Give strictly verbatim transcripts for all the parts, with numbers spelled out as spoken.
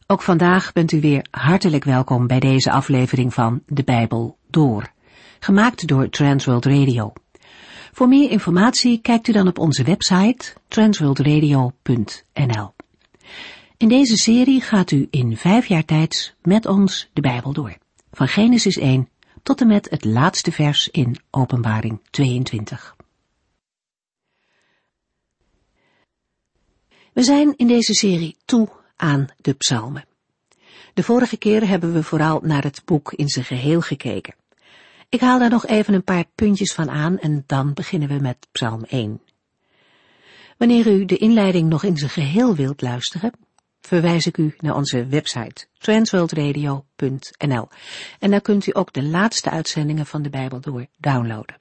Ook vandaag bent u weer hartelijk welkom bij deze aflevering van De Bijbel Door, gemaakt door Transworld Radio. Voor meer informatie kijkt u dan op onze website transworld radio punt n l. In deze serie gaat u in vijf jaar tijd met ons de Bijbel door, van Genesis één tot en met het laatste vers in Openbaring tweeëntwintig. We zijn in deze serie toe aan de psalmen. De vorige keer hebben we vooral naar het boek in zijn geheel gekeken. Ik haal daar nog even een paar puntjes van aan en dan beginnen we met psalm één. Wanneer u de inleiding nog in zijn geheel wilt luisteren, verwijs ik u naar onze website transworld radio punt n l en daar kunt u ook de laatste uitzendingen van de Bijbel door downloaden.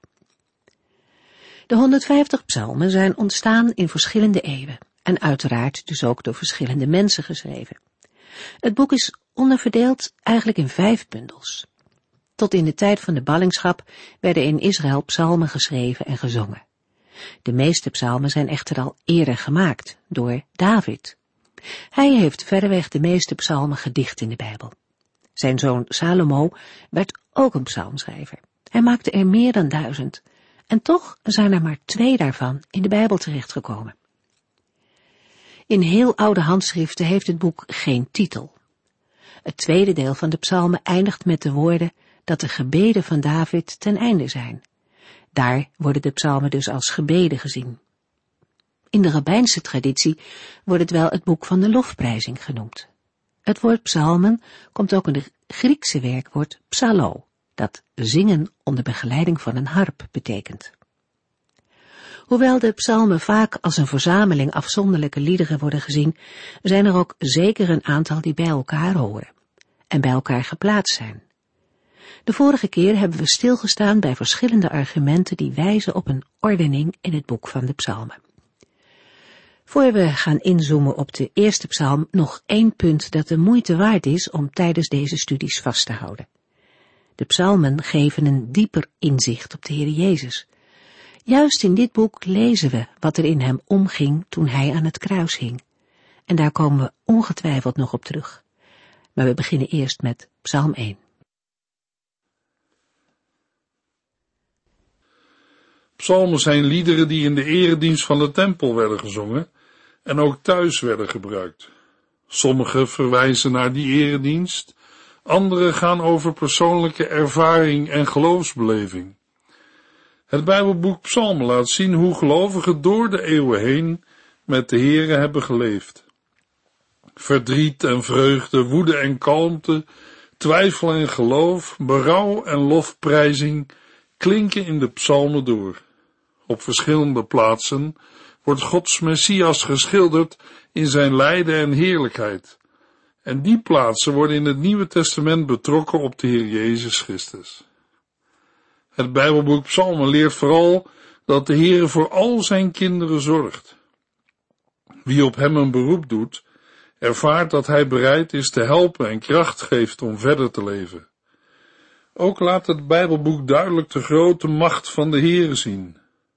De honderdvijftig psalmen zijn ontstaan in verschillende eeuwen en uiteraard dus ook door verschillende mensen geschreven. Het boek is onderverdeeld eigenlijk in vijf bundels. Tot in de tijd van de ballingschap werden in Israël psalmen geschreven en gezongen. De meeste psalmen zijn echter al eerder gemaakt, door David. Hij heeft verreweg de meeste psalmen gedicht in de Bijbel. Zijn zoon Salomo werd ook een psalmschrijver. Hij maakte er meer dan duizend, en toch zijn er maar twee daarvan in de Bijbel terechtgekomen. In heel oude handschriften heeft het boek geen titel. Het tweede deel van de psalmen eindigt met de woorden dat de gebeden van David ten einde zijn. Daar worden de psalmen dus als gebeden gezien. In de rabbijnse traditie wordt het wel het boek van de lofprijzing genoemd. Het woord psalmen komt ook in het Griekse werkwoord psalo, dat zingen onder begeleiding van een harp betekent. Hoewel de psalmen vaak als een verzameling afzonderlijke liederen worden gezien, zijn er ook zeker een aantal die bij elkaar horen en bij elkaar geplaatst zijn. De vorige keer hebben we stilgestaan bij verschillende argumenten die wijzen op een ordening in het boek van de psalmen. Voor we gaan inzoomen op de eerste psalm, nog één punt dat de moeite waard is om tijdens deze studies vast te houden. De psalmen geven een dieper inzicht op de Heer Jezus. Juist in dit boek lezen we wat er in hem omging toen hij aan het kruis hing. En daar komen we ongetwijfeld nog op terug. Maar we beginnen eerst met psalm één. Psalmen zijn liederen die in de eredienst van de tempel werden gezongen en ook thuis werden gebruikt. Sommige verwijzen naar die eredienst, andere gaan over persoonlijke ervaring en geloofsbeleving. Het Bijbelboek Psalmen laat zien hoe gelovigen door de eeuwen heen met de Here hebben geleefd. Verdriet en vreugde, woede en kalmte, twijfel en geloof, berouw en lofprijzing klinken in de psalmen door. Op verschillende plaatsen wordt Gods Messias geschilderd in zijn lijden en heerlijkheid. En die plaatsen worden in het Nieuwe Testament betrokken op de Heer Jezus Christus. Het Bijbelboek Psalmen leert vooral dat de Heere voor al zijn kinderen zorgt. Wie op hem een beroep doet, ervaart dat hij bereid is te helpen en kracht geeft om verder te leven. Ook laat het Bijbelboek duidelijk de grote macht van de Heere zien.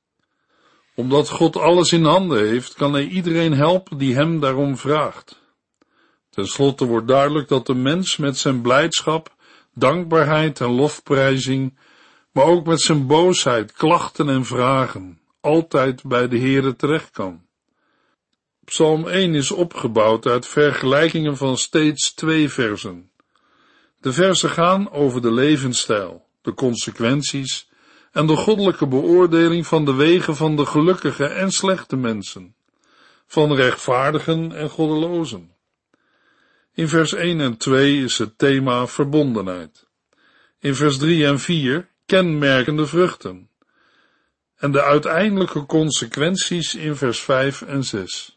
Omdat God alles in handen heeft, kan hij iedereen helpen die hem daarom vraagt. Ten slotte wordt duidelijk dat de mens met zijn blijdschap, dankbaarheid en lofprijzing, maar ook met zijn boosheid, klachten en vragen, altijd bij de Heere terecht kan. Psalm één is opgebouwd uit vergelijkingen van steeds twee versen. De versen gaan over de levensstijl, de consequenties en de goddelijke beoordeling van de wegen van de gelukkige en slechte mensen, van rechtvaardigen en goddelozen. In vers één en twee is het thema verbondenheid. In vers drie en vier kenmerkende vruchten. En de uiteindelijke consequenties in vers vijf en zes.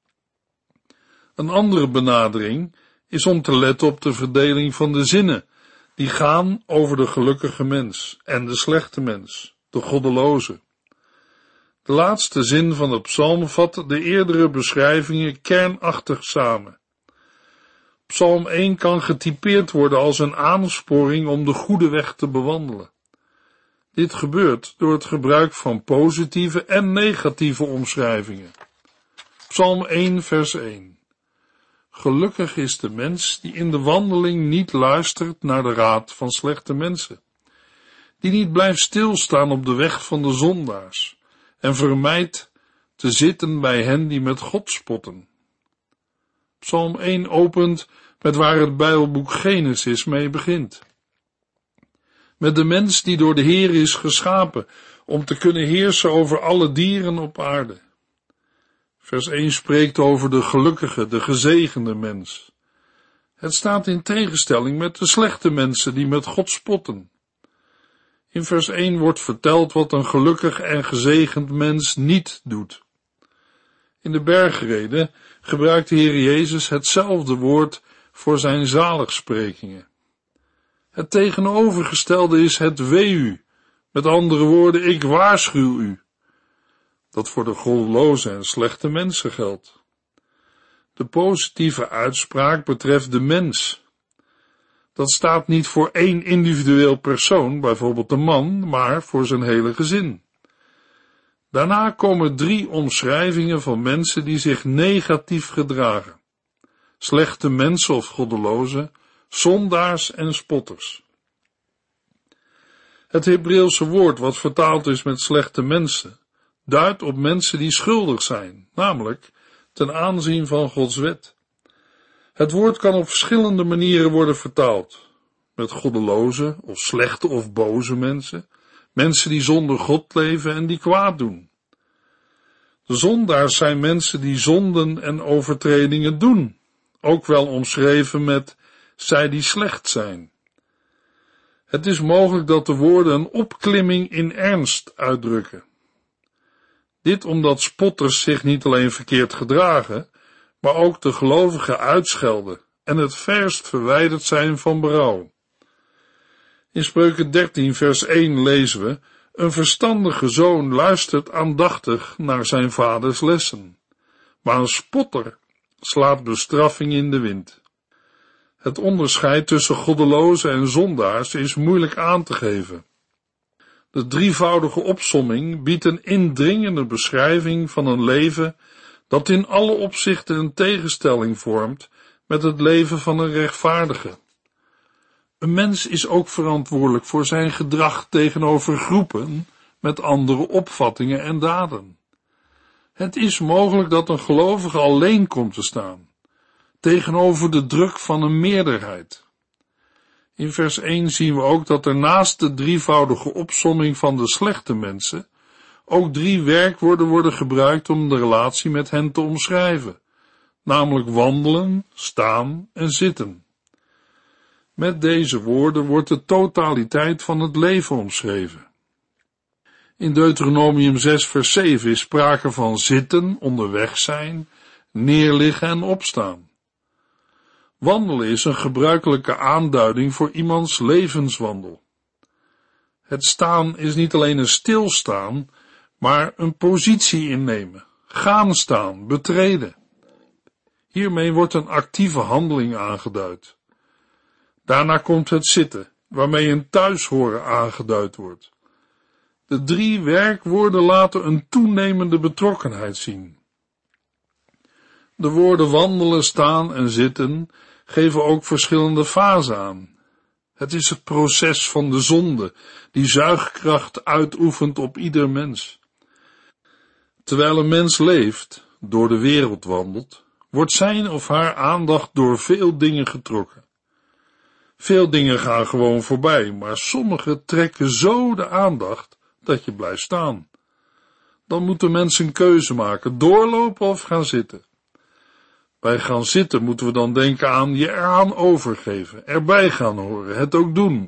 Een andere benadering is om te letten op de verdeling van de zinnen, die gaan over de gelukkige mens en de slechte mens, de goddeloze. De laatste zin van de psalm vat de eerdere beschrijvingen kernachtig samen. Psalm één kan getypeerd worden als een aansporing om de goede weg te bewandelen. Dit gebeurt door het gebruik van positieve en negatieve omschrijvingen. Psalm één vers één. Gelukkig is de mens die in de wandeling niet luistert naar de raad van slechte mensen, die niet blijft stilstaan op de weg van de zondaars en vermijdt te zitten bij hen die met God spotten. Psalm één opent met waar het Bijbelboek Genesis mee begint. Met de mens die door de Heer is geschapen om te kunnen heersen over alle dieren op aarde. Vers één spreekt over de gelukkige, de gezegende mens. Het staat in tegenstelling met de slechte mensen die met God spotten. In vers één wordt verteld wat een gelukkig en gezegend mens niet doet. In de bergreden gebruikt de Heer Jezus hetzelfde woord voor zijn zaligsprekingen. Het tegenovergestelde is het wee u, met andere woorden, ik waarschuw u. Dat voor de goddeloze en slechte mensen geldt. De positieve uitspraak betreft de mens. Dat staat niet voor één individueel persoon, bijvoorbeeld de man, maar voor zijn hele gezin. Daarna komen drie omschrijvingen van mensen die zich negatief gedragen. Slechte mensen of goddelozen, zondaars en spotters. Het Hebreeuwse woord wat vertaald is met slechte mensen, duidt op mensen die schuldig zijn, namelijk ten aanzien van Gods wet. Het woord kan op verschillende manieren worden vertaald, met goddeloze of slechte of boze mensen, mensen die zonder God leven en die kwaad doen. De zondaars zijn mensen die zonden en overtredingen doen, ook wel omschreven met zij die slecht zijn. Het is mogelijk dat de woorden een opklimming in ernst uitdrukken. Dit omdat spotters zich niet alleen verkeerd gedragen, maar ook de gelovigen uitschelden en het verst verwijderd zijn van berouw. In Spreuken dertien vers één lezen we, een verstandige zoon luistert aandachtig naar zijn vaders lessen, maar een spotter slaat bestraffing in de wind. Het onderscheid tussen goddelozen en zondaars is moeilijk aan te geven. De drievoudige opsomming biedt een indringende beschrijving van een leven dat in alle opzichten een tegenstelling vormt met het leven van een rechtvaardige. Een mens is ook verantwoordelijk voor zijn gedrag tegenover groepen met andere opvattingen en daden. Het is mogelijk dat een gelovige alleen komt te staan, tegenover de druk van een meerderheid. In vers één zien we ook dat er naast de drievoudige opsomming van de slechte mensen ook drie werkwoorden worden gebruikt om de relatie met hen te omschrijven, namelijk wandelen, staan en zitten. Met deze woorden wordt de totaliteit van het leven omschreven. In Deuteronomium zes vers zeven is sprake van zitten, onderweg zijn, neerliggen en opstaan. Wandelen is een gebruikelijke aanduiding voor iemands levenswandel. Het staan is niet alleen een stilstaan, maar een positie innemen, gaan staan, betreden. Hiermee wordt een actieve handeling aangeduid. Daarna komt het zitten, waarmee een thuishoren aangeduid wordt. De drie werkwoorden laten een toenemende betrokkenheid zien. De woorden wandelen, staan en zitten geven ook verschillende fasen aan. Het is het proces van de zonde, die zuigkracht uitoefent op ieder mens. Terwijl een mens leeft, door de wereld wandelt, wordt zijn of haar aandacht door veel dingen getrokken. Veel dingen gaan gewoon voorbij, maar sommige trekken zo de aandacht dat je blijft staan. Dan moet de mens een keuze maken, doorlopen of gaan zitten. Bij gaan zitten moeten we dan denken aan je eraan overgeven, erbij gaan horen, het ook doen.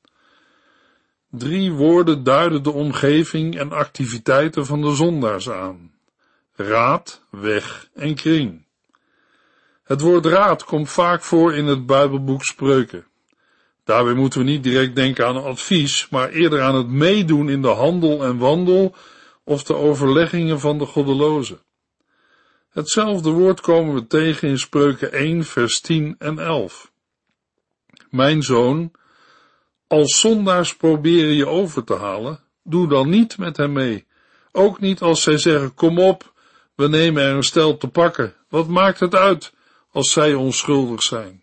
Drie woorden duiden de omgeving en activiteiten van de zondaars aan. Raad, weg en kring. Het woord raad komt vaak voor in het Bijbelboek Spreuken. Daarbij moeten we niet direct denken aan advies, maar eerder aan het meedoen in de handel en wandel of de overleggingen van de goddelozen. Hetzelfde woord komen we tegen in Spreuken één vers tien en elf. Mijn zoon, als zondaars proberen je over te halen, doe dan niet met hem mee. Ook niet als zij zeggen, kom op, we nemen er een stel te pakken. Wat maakt het uit, als zij onschuldig zijn.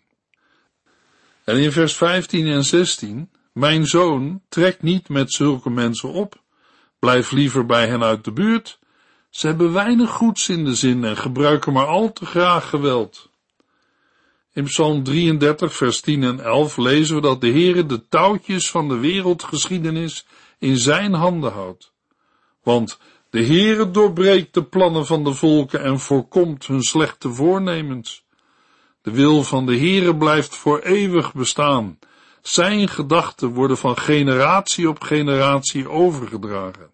En in vers vijftien en zestien, mijn zoon, trek niet met zulke mensen op, blijf liever bij hen uit de buurt. Ze hebben weinig goeds in de zin en gebruiken maar al te graag geweld. In Psalm drieëndertig, vers tien en elf lezen we dat de Heere de touwtjes van de wereldgeschiedenis in zijn handen houdt. Want de Heere doorbreekt de plannen van de volken en voorkomt hun slechte voornemens. De wil van de Heere blijft voor eeuwig bestaan. Zijn gedachten worden van generatie op generatie overgedragen.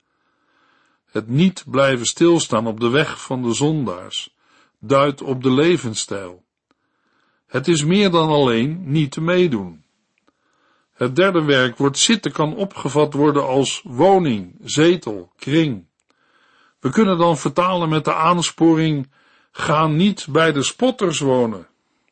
Het niet blijven stilstaan op de weg van de zondaars duidt op de levensstijl. Het is meer dan alleen niet te meedoen. Het derde werkwoord zitten kan opgevat worden als woning, zetel, kring. We kunnen dan vertalen met de aansporing, ga niet bij de spotters wonen.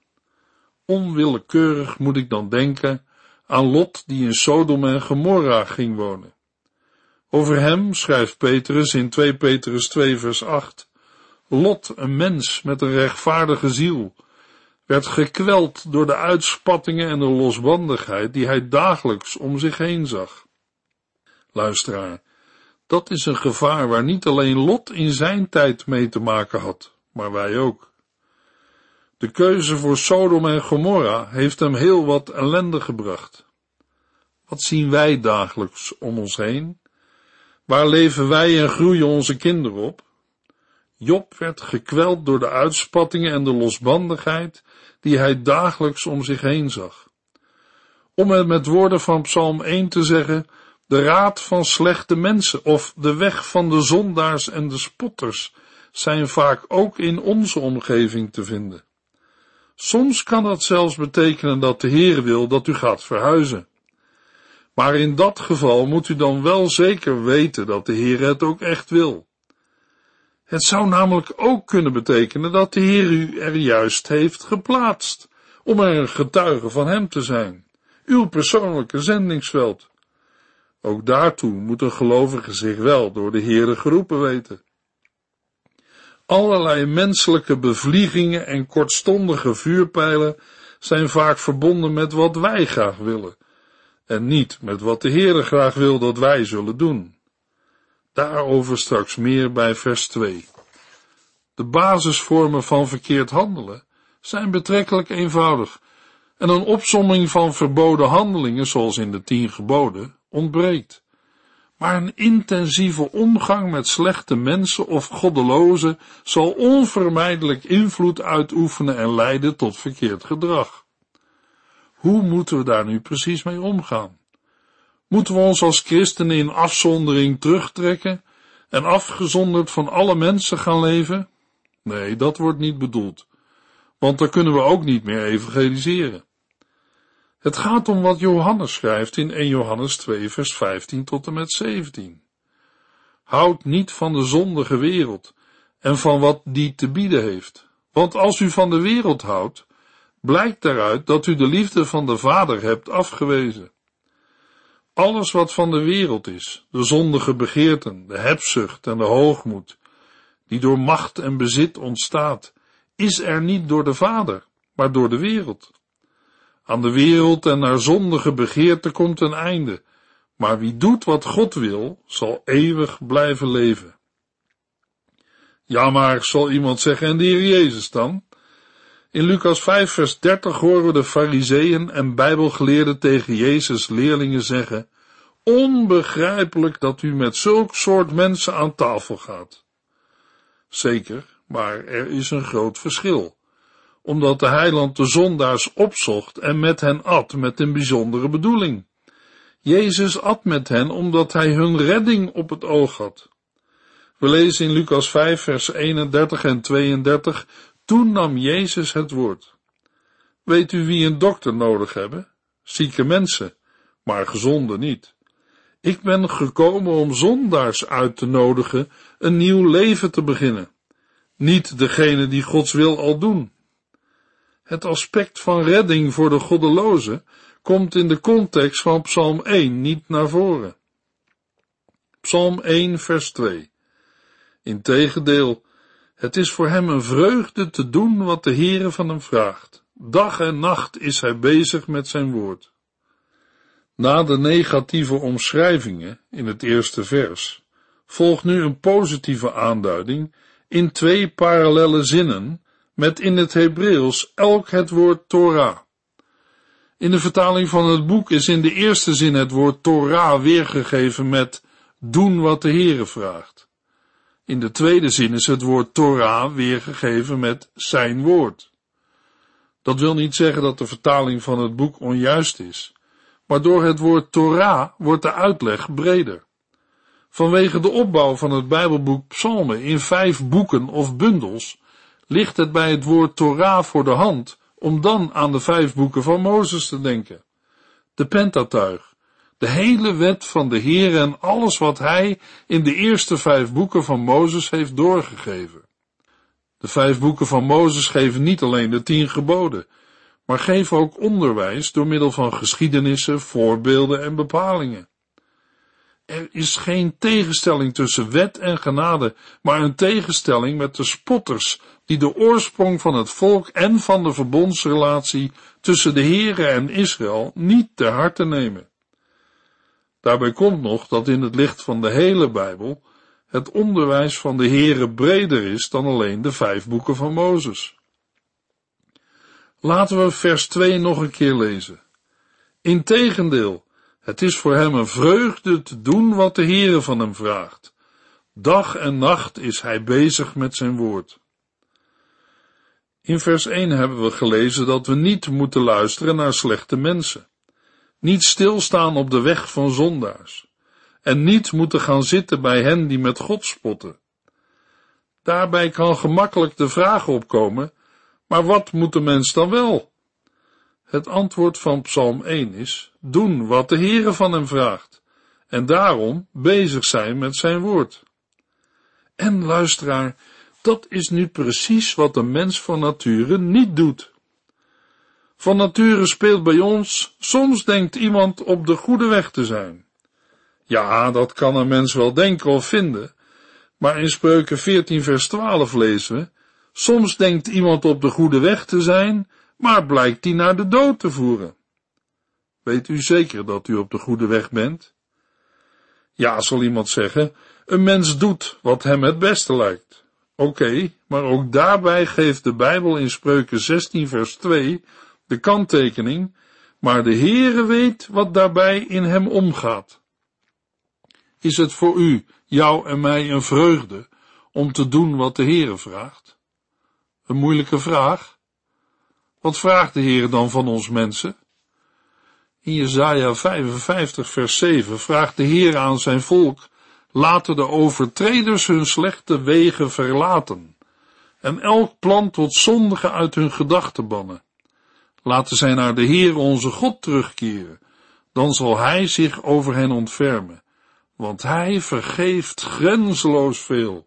Onwillekeurig moet ik dan denken aan Lot die in Sodom en Gomorra ging wonen. Over hem schrijft Petrus in twee Petrus twee vers acht, Lot, een mens met een rechtvaardige ziel, werd gekweld door de uitspattingen en de losbandigheid die hij dagelijks om zich heen zag. Luisteraar, dat is een gevaar waar niet alleen Lot in zijn tijd mee te maken had, maar wij ook. De keuze voor Sodom en Gomorra heeft hem heel wat ellende gebracht. Wat zien wij dagelijks om ons heen? Waar leven wij en groeien onze kinderen op? Job werd gekweld door de uitspattingen en de losbandigheid die hij dagelijks om zich heen zag. Om het met woorden van Psalm één te zeggen, de raad van slechte mensen of de weg van de zondaars en de spotters zijn vaak ook in onze omgeving te vinden. Soms kan dat zelfs betekenen dat de Heer wil dat u gaat verhuizen. Maar in dat geval moet u dan wel zeker weten dat de Heer het ook echt wil. Het zou namelijk ook kunnen betekenen dat de Heer u er juist heeft geplaatst, om er een getuige van hem te zijn, uw persoonlijke zendingsveld. Ook daartoe moet een gelovige zich wel door de Heere geroepen weten. Allerlei menselijke bevliegingen en kortstondige vuurpijlen zijn vaak verbonden met wat wij graag willen, en niet met wat de Heere graag wil dat wij zullen doen. Daarover straks meer bij vers twee. De basisvormen van verkeerd handelen zijn betrekkelijk eenvoudig, en een opsomming van verboden handelingen, zoals in de tien geboden, ontbreekt. Maar een intensieve omgang met slechte mensen of goddelozen zal onvermijdelijk invloed uitoefenen en leiden tot verkeerd gedrag. Hoe moeten we daar nu precies mee omgaan? Moeten we ons als christenen in afzondering terugtrekken en afgezonderd van alle mensen gaan leven? Nee, dat wordt niet bedoeld, want dan kunnen we ook niet meer evangeliseren. Het gaat om wat Johannes schrijft in eerste Johannes twee vers vijftien tot en met zeventien. Houd niet van de zondige wereld en van wat die te bieden heeft, want als u van de wereld houdt, blijkt daaruit dat u de liefde van de Vader hebt afgewezen. Alles wat van de wereld is, de zondige begeerten, de hebzucht en de hoogmoed, die door macht en bezit ontstaat, is er niet door de Vader, maar door de wereld. Aan de wereld en naar zondige begeerte komt een einde, maar wie doet wat God wil, zal eeuwig blijven leven. Ja, maar, zal iemand zeggen, en de Heer Jezus dan? In Lucas vijf vers dertig horen we de farizeeën en bijbelgeleerden tegen Jezus' leerlingen zeggen, onbegrijpelijk dat u met zulk soort mensen aan tafel gaat. Zeker, maar er is een groot verschil, omdat de heiland de zondaars opzocht en met hen at met een bijzondere bedoeling. Jezus at met hen omdat hij hun redding op het oog had. We lezen in Lucas vijf vers eenendertig en tweeëndertig, toen nam Jezus het woord. Weet u wie een dokter nodig hebben? Zieke mensen, maar gezonde niet. Ik ben gekomen om zondaars uit te nodigen een nieuw leven te beginnen. Niet degene die Gods wil al doen. Het aspect van redding voor de goddelozen komt in de context van Psalm één niet naar voren. Psalm één vers twee. Integendeel, Het is voor hem een vreugde te doen wat de Heere van hem vraagt. Dag en nacht is hij bezig met zijn woord. Na de negatieve omschrijvingen in het eerste vers volgt nu een positieve aanduiding in twee parallelle zinnen met in het Hebreeuws elk het woord Torah. In de vertaling van het boek is in de eerste zin het woord Torah weergegeven met doen wat de Heere vraagt. In de tweede zin is het woord Torah weergegeven met zijn woord. Dat wil niet zeggen dat de vertaling van het boek onjuist is, maar door het woord Torah wordt de uitleg breder. Vanwege de opbouw van het Bijbelboek Psalmen in vijf boeken of bundels, ligt het bij het woord Torah voor de hand om dan aan de vijf boeken van Mozes te denken. De Pentatuig, de hele wet van de Heere en alles wat hij in de eerste vijf boeken van Mozes heeft doorgegeven. De vijf boeken van Mozes geven niet alleen de tien geboden, maar geven ook onderwijs door middel van geschiedenissen, voorbeelden en bepalingen. Er is geen tegenstelling tussen wet en genade, maar een tegenstelling met de spotters die de oorsprong van het volk en van de verbondsrelatie tussen de Heere en Israël niet ter harte nemen. Daarbij komt nog dat in het licht van de hele Bijbel het onderwijs van de Heere breder is dan alleen de vijf boeken van Mozes. Laten we vers twee nog een keer lezen. Integendeel, het is voor hem een vreugde te doen wat de Heere van hem vraagt. Dag en nacht is hij bezig met zijn woord. In vers één hebben we gelezen dat we niet moeten luisteren naar slechte mensen, niet stilstaan op de weg van zondaars, en niet moeten gaan zitten bij hen die met God spotten. Daarbij kan gemakkelijk de vraag opkomen, maar wat moet de mens dan wel? Het antwoord van Psalm één is, doen wat de Heere van hem vraagt, en daarom bezig zijn met zijn woord. En luisteraar, dat is nu precies wat de mens van nature niet doet. Van nature speelt bij ons, soms denkt iemand op de goede weg te zijn. Ja, dat kan een mens wel denken of vinden, maar in Spreuken veertien vers twaalf lezen we, soms denkt iemand op de goede weg te zijn, maar blijkt die naar de dood te voeren. Weet u zeker dat u op de goede weg bent? Ja, zal iemand zeggen, een mens doet wat hem het beste lijkt. Oké, okay, maar ook daarbij geeft de Bijbel in Spreuken zestien vers twee de kanttekening, maar de Heere weet wat daarbij in hem omgaat. Is het voor u, jou en mij een vreugde om te doen wat de Heere vraagt? Een moeilijke vraag? Wat vraagt de Heere dan van ons mensen? In Jesaja vijfenvijftig vers zeven vraagt de Heere aan zijn volk, laten de overtreders hun slechte wegen verlaten en elk plan tot zondige uit hun gedachten bannen. Laten zij naar de Heere onze God terugkeren, dan zal hij zich over hen ontfermen, want hij vergeeft grenzeloos veel.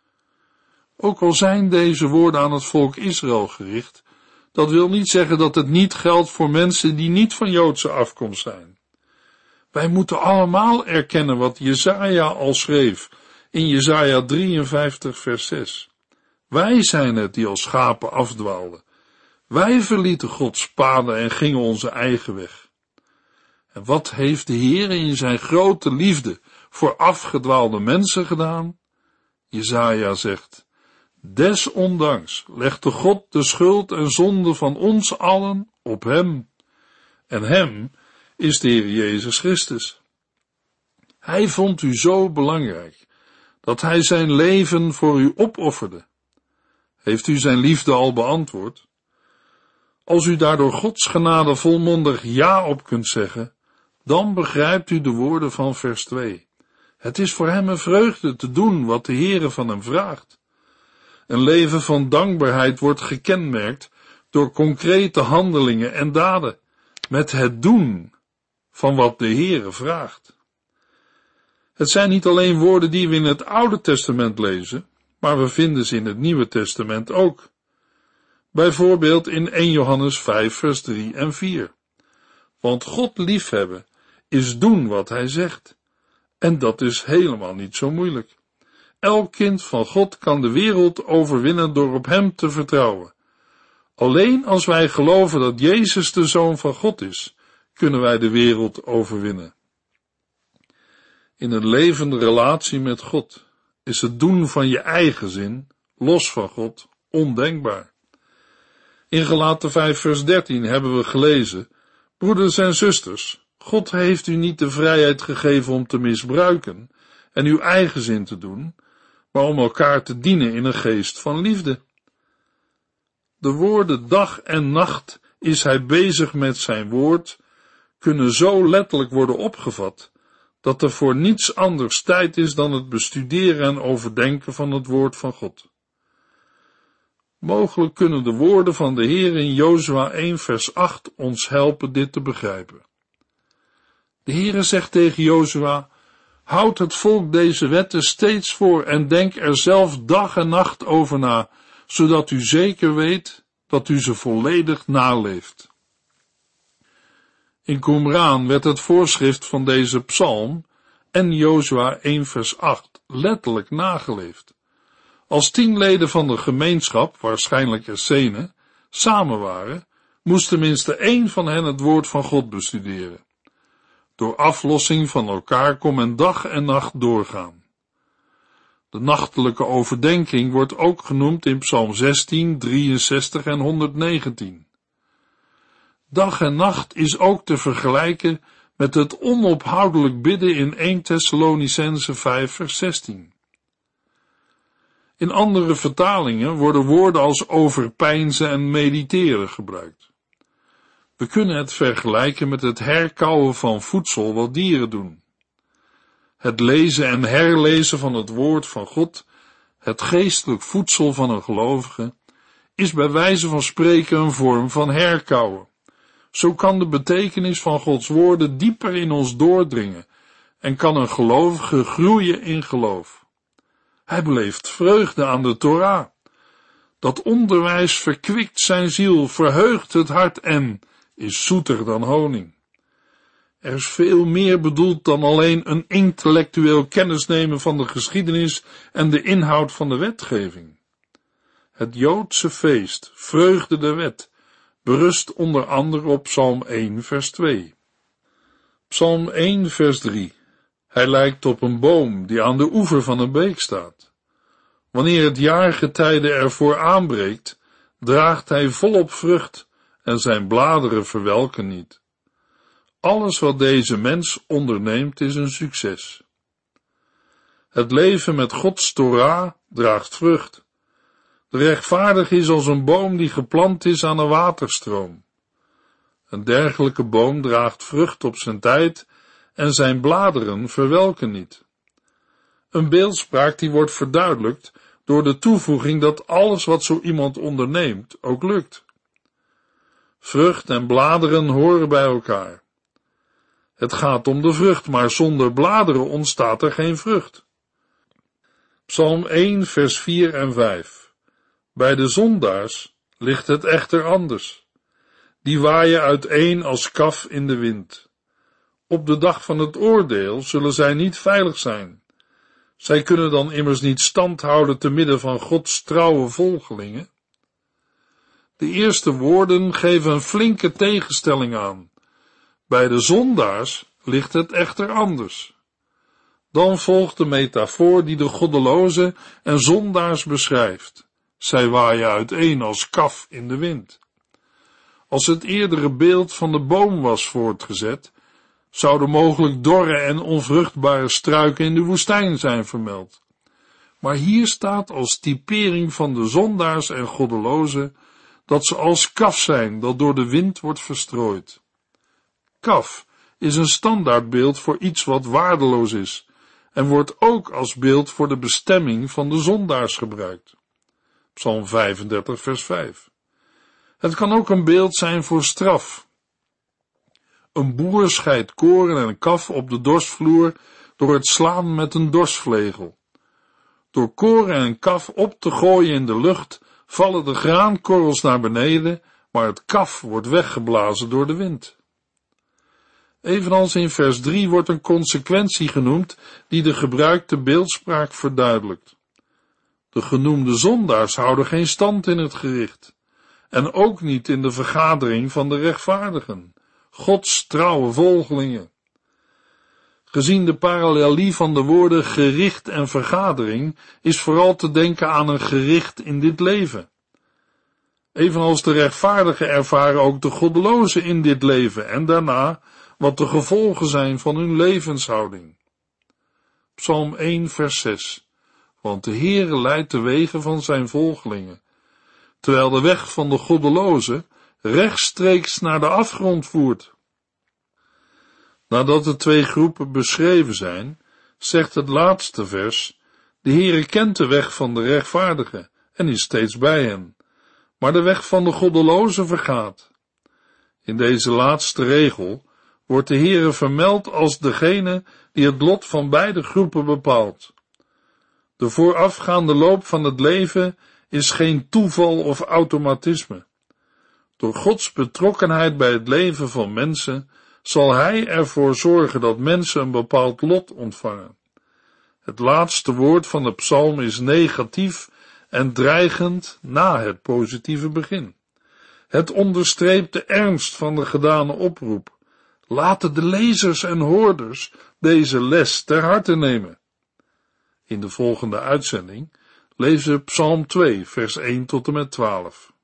Ook al zijn deze woorden aan het volk Israël gericht, dat wil niet zeggen dat het niet geldt voor mensen die niet van Joodse afkomst zijn. Wij moeten allemaal erkennen wat Jesaja al schreef in Jesaja drieënvijftig vers zes. Wij zijn het die als schapen afdwaalden. Wij verlieten Gods paden en gingen onze eigen weg. En wat heeft de Heere in zijn grote liefde voor afgedwaalde mensen gedaan? Jesaja zegt, desondanks legde God de schuld en zonde van ons allen op hem. En hem is de Heer Jezus Christus. Hij vond u zo belangrijk, dat hij zijn leven voor u opofferde. Heeft u zijn liefde al beantwoord? Als u daardoor Gods genade volmondig ja op kunt zeggen, dan begrijpt u de woorden van vers twee. Het is voor hem een vreugde te doen wat de Heere van hem vraagt. Een leven van dankbaarheid wordt gekenmerkt door concrete handelingen en daden, met het doen van wat de Heere vraagt. Het zijn niet alleen woorden die we in het Oude Testament lezen, maar we vinden ze in het Nieuwe Testament ook. Bijvoorbeeld in eerste Johannes vijf vers drie en vier. Want God liefhebben is doen wat hij zegt. En dat is helemaal niet zo moeilijk. Elk kind van God kan de wereld overwinnen door op hem te vertrouwen. Alleen als wij geloven dat Jezus de Zoon van God is, kunnen wij de wereld overwinnen. In een levende relatie met God is het doen van je eigen zin, los van God, ondenkbaar. In Galaten vijf vers dertien hebben we gelezen: broeders en zusters, God heeft u niet de vrijheid gegeven om te misbruiken en uw eigen zin te doen, maar om elkaar te dienen in een geest van liefde. De woorden dag en nacht is hij bezig met zijn woord, kunnen zo letterlijk worden opgevat, dat er voor niets anders tijd is dan het bestuderen en overdenken van het woord van God. Mogelijk kunnen de woorden van de Heer in Jozua één vers acht ons helpen dit te begrijpen. De Heere zegt tegen Jozua: houd het volk deze wetten steeds voor en denk er zelf dag en nacht over na, zodat u zeker weet dat u ze volledig naleeft. In Qumran werd het voorschrift van deze psalm en Jozua één vers acht letterlijk nageleefd. Als tien leden van de gemeenschap, waarschijnlijk Essenen, samen waren, moest tenminste één van hen het woord van God bestuderen. Door aflossing van elkaar kon men dag en nacht doorgaan. De nachtelijke overdenking wordt ook genoemd in Psalm zestien, drieënzestig en honderdnegentien. Dag en nacht is ook te vergelijken met het onophoudelijk bidden in eerste Thessalonicenzen vijf vers zestien. In andere vertalingen worden woorden als overpeinzen en mediteren gebruikt. We kunnen het vergelijken met het herkauwen van voedsel wat dieren doen. Het lezen en herlezen van het woord van God, het geestelijk voedsel van een gelovige, is bij wijze van spreken een vorm van herkauwen. Zo kan de betekenis van Gods woorden dieper in ons doordringen en kan een gelovige groeien in geloof. Hij beleeft vreugde aan de Torah. Dat onderwijs verkwikt zijn ziel, verheugt het hart en is zoeter dan honing. Er is veel meer bedoeld dan alleen een intellectueel kennisnemen van de geschiedenis en de inhoud van de wetgeving. Het Joodse feest, vreugde der wet, berust onder andere op Psalm één vers twee. Psalm één vers drie. Hij lijkt op een boom die aan de oever van een beek staat. Wanneer het jaargetijde ervoor aanbreekt, draagt hij volop vrucht en zijn bladeren verwelken niet. Alles wat deze mens onderneemt is een succes. Het leven met Gods Torah draagt vrucht. De rechtvaardige is als een boom die geplant is aan een waterstroom. Een dergelijke boom draagt vrucht op zijn tijd en zijn bladeren verwelken niet. Een beeldspraak die wordt verduidelijkt door de toevoeging dat alles wat zo iemand onderneemt ook lukt. Vrucht en bladeren horen bij elkaar. Het gaat om de vrucht, maar zonder bladeren ontstaat er geen vrucht. Psalm één vers vier en vijf. Bij de zondaars ligt het echter anders. Die waaien uiteen als kaf in de wind. Op de dag van het oordeel zullen zij niet veilig zijn. Zij kunnen dan immers niet stand houden te midden van Gods trouwe volgelingen. De eerste woorden geven een flinke tegenstelling aan. Bij de zondaars ligt het echter anders. Dan volgt de metafoor die de goddelozen en zondaars beschrijft. Zij waaien uiteen als kaf in de wind. Als het eerdere beeld van de boom was voortgezet, zouden mogelijk dorre en onvruchtbare struiken in de woestijn zijn vermeld. Maar hier staat als typering van de zondaars en goddelozen dat ze als kaf zijn dat door de wind wordt verstrooid. Kaf is een standaardbeeld voor iets wat waardeloos is en wordt ook als beeld voor de bestemming van de zondaars gebruikt. Psalm vijfendertig vers vijf. Het kan ook een beeld zijn voor straf. Een boer scheidt koren en kaf op de dorsvloer door het slaan met een dorsvlegel. Door koren en kaf op te gooien in de lucht vallen de graankorrels naar beneden, maar het kaf wordt weggeblazen door de wind. Evenals in vers drie wordt een consequentie genoemd die de gebruikte beeldspraak verduidelijkt. De genoemde zondaars houden geen stand in het gericht, en ook niet in de vergadering van de rechtvaardigen, Gods trouwe volgelingen. Gezien de parallelie van de woorden gericht en vergadering is vooral te denken aan een gericht in dit leven. Evenals de rechtvaardigen ervaren ook de goddelozen in dit leven en daarna wat de gevolgen zijn van hun levenshouding. Psalm één vers zes. Want de Heere leidt de wegen van zijn volgelingen, terwijl de weg van de goddelozen rechtstreeks naar de afgrond voert. Nadat de twee groepen beschreven zijn, zegt het laatste vers, de Heere kent de weg van de rechtvaardigen en is steeds bij hen, maar de weg van de goddelozen vergaat. In deze laatste regel wordt de Heere vermeld als degene die het lot van beide groepen bepaalt. De voorafgaande loop van het leven is geen toeval of automatisme. Door Gods betrokkenheid bij het leven van mensen zal Hij ervoor zorgen dat mensen een bepaald lot ontvangen. Het laatste woord van de psalm is negatief en dreigend na het positieve begin. Het onderstreept de ernst van de gedane oproep. Laten de lezers en hoorders deze les ter harte nemen. In de volgende uitzending lezen we Psalm twee, vers één tot en met twaalf.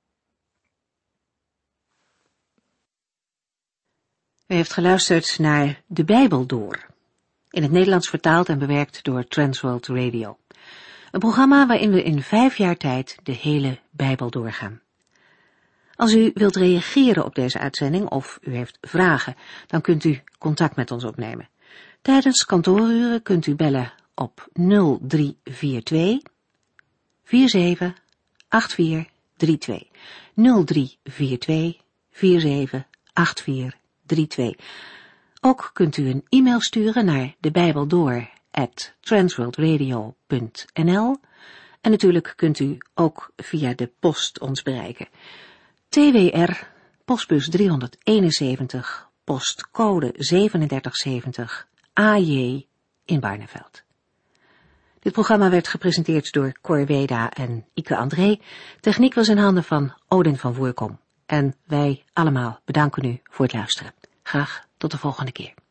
U heeft geluisterd naar De Bijbel Door, in het Nederlands vertaald en bewerkt door Transworld Radio. Een programma waarin we in vijf jaar tijd de hele Bijbel doorgaan. Als u wilt reageren op deze uitzending of u heeft vragen, dan kunt u contact met ons opnemen. Tijdens kantooruren kunt u bellen op nul drie vier twee, vier zeven acht vier drie twee. nul drie vier twee, vier zeven acht vier drie twee. Ook kunt u een e-mail sturen naar debijbeldoor at transworldradio punt n l en natuurlijk kunt u ook via de post ons bereiken. T W R, postbus driehonderdeenenzeventig, postcode drieënzeventig zeventig, A J in Barneveld. Dit programma werd gepresenteerd door Cor Weda en Ike André. Techniek was in handen van Odin van Voerkom. En wij allemaal bedanken u voor het luisteren. Graag tot de volgende keer.